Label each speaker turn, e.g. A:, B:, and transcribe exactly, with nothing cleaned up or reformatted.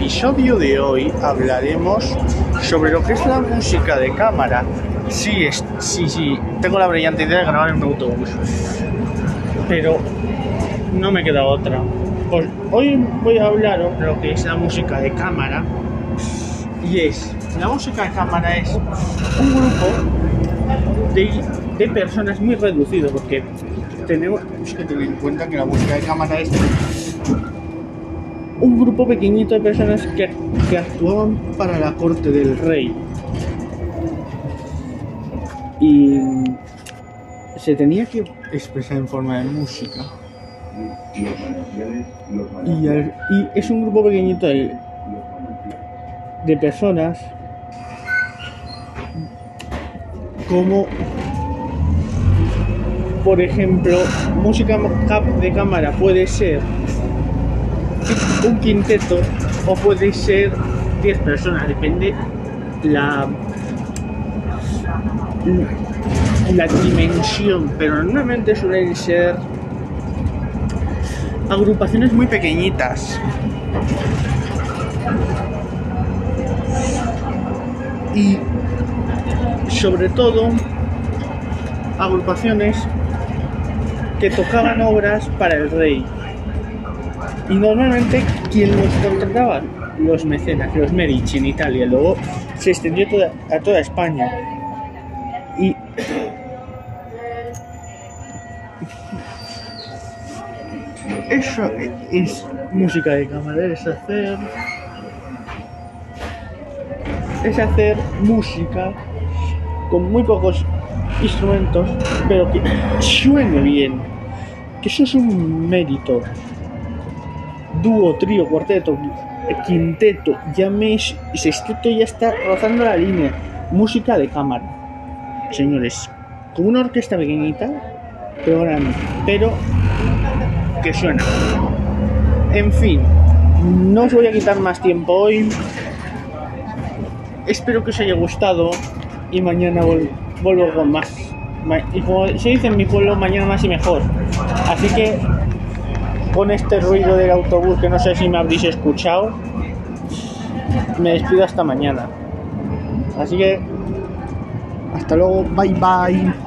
A: episodio de hoy hablaremos sobre lo que es la música de cámara. Sí, es, sí, sí, tengo la brillante idea de grabar en un autobús, pero no me queda otra. Pues hoy voy a hablaros de lo que es la música de cámara. Y es, la música de cámara es un grupo de, de personas muy reducido, porque tenemos que tener en cuenta que la música de cámara es un grupo pequeñito de personas que, que actuaban para la corte del rey. Y se tenía que expresar en forma de música. Y, al, y es un grupo pequeñito de, de personas como, por ejemplo, música de cámara puede ser un quinteto o puede ser diez personas, depende la la dimensión, pero normalmente suelen ser agrupaciones muy pequeñitas y sobre todo agrupaciones que tocaban obras para el rey. Y normalmente, ¿quién los contrataba? Los mecenas, los Medici en Italia. Luego se extendió toda, a toda España. Y eso es música de cámara, es hacer, es hacer música con muy pocos instrumentos, pero que suene bien. Que eso es un mérito. Dúo, trío, cuarteto, quinteto, llaméis, sexteto, ya está rozando la línea. Música de cámara, señores, con una orquesta pequeñita, pero grande, pero que suena. En fin, no os voy a quitar más tiempo hoy. Espero que os haya gustado y mañana vol- vuelvo con más. Y como se dice en mi pueblo, mañana más y mejor. Así que con este ruido del autobús, que no sé si me habréis escuchado, me despido hasta mañana. Así que hasta luego, bye bye.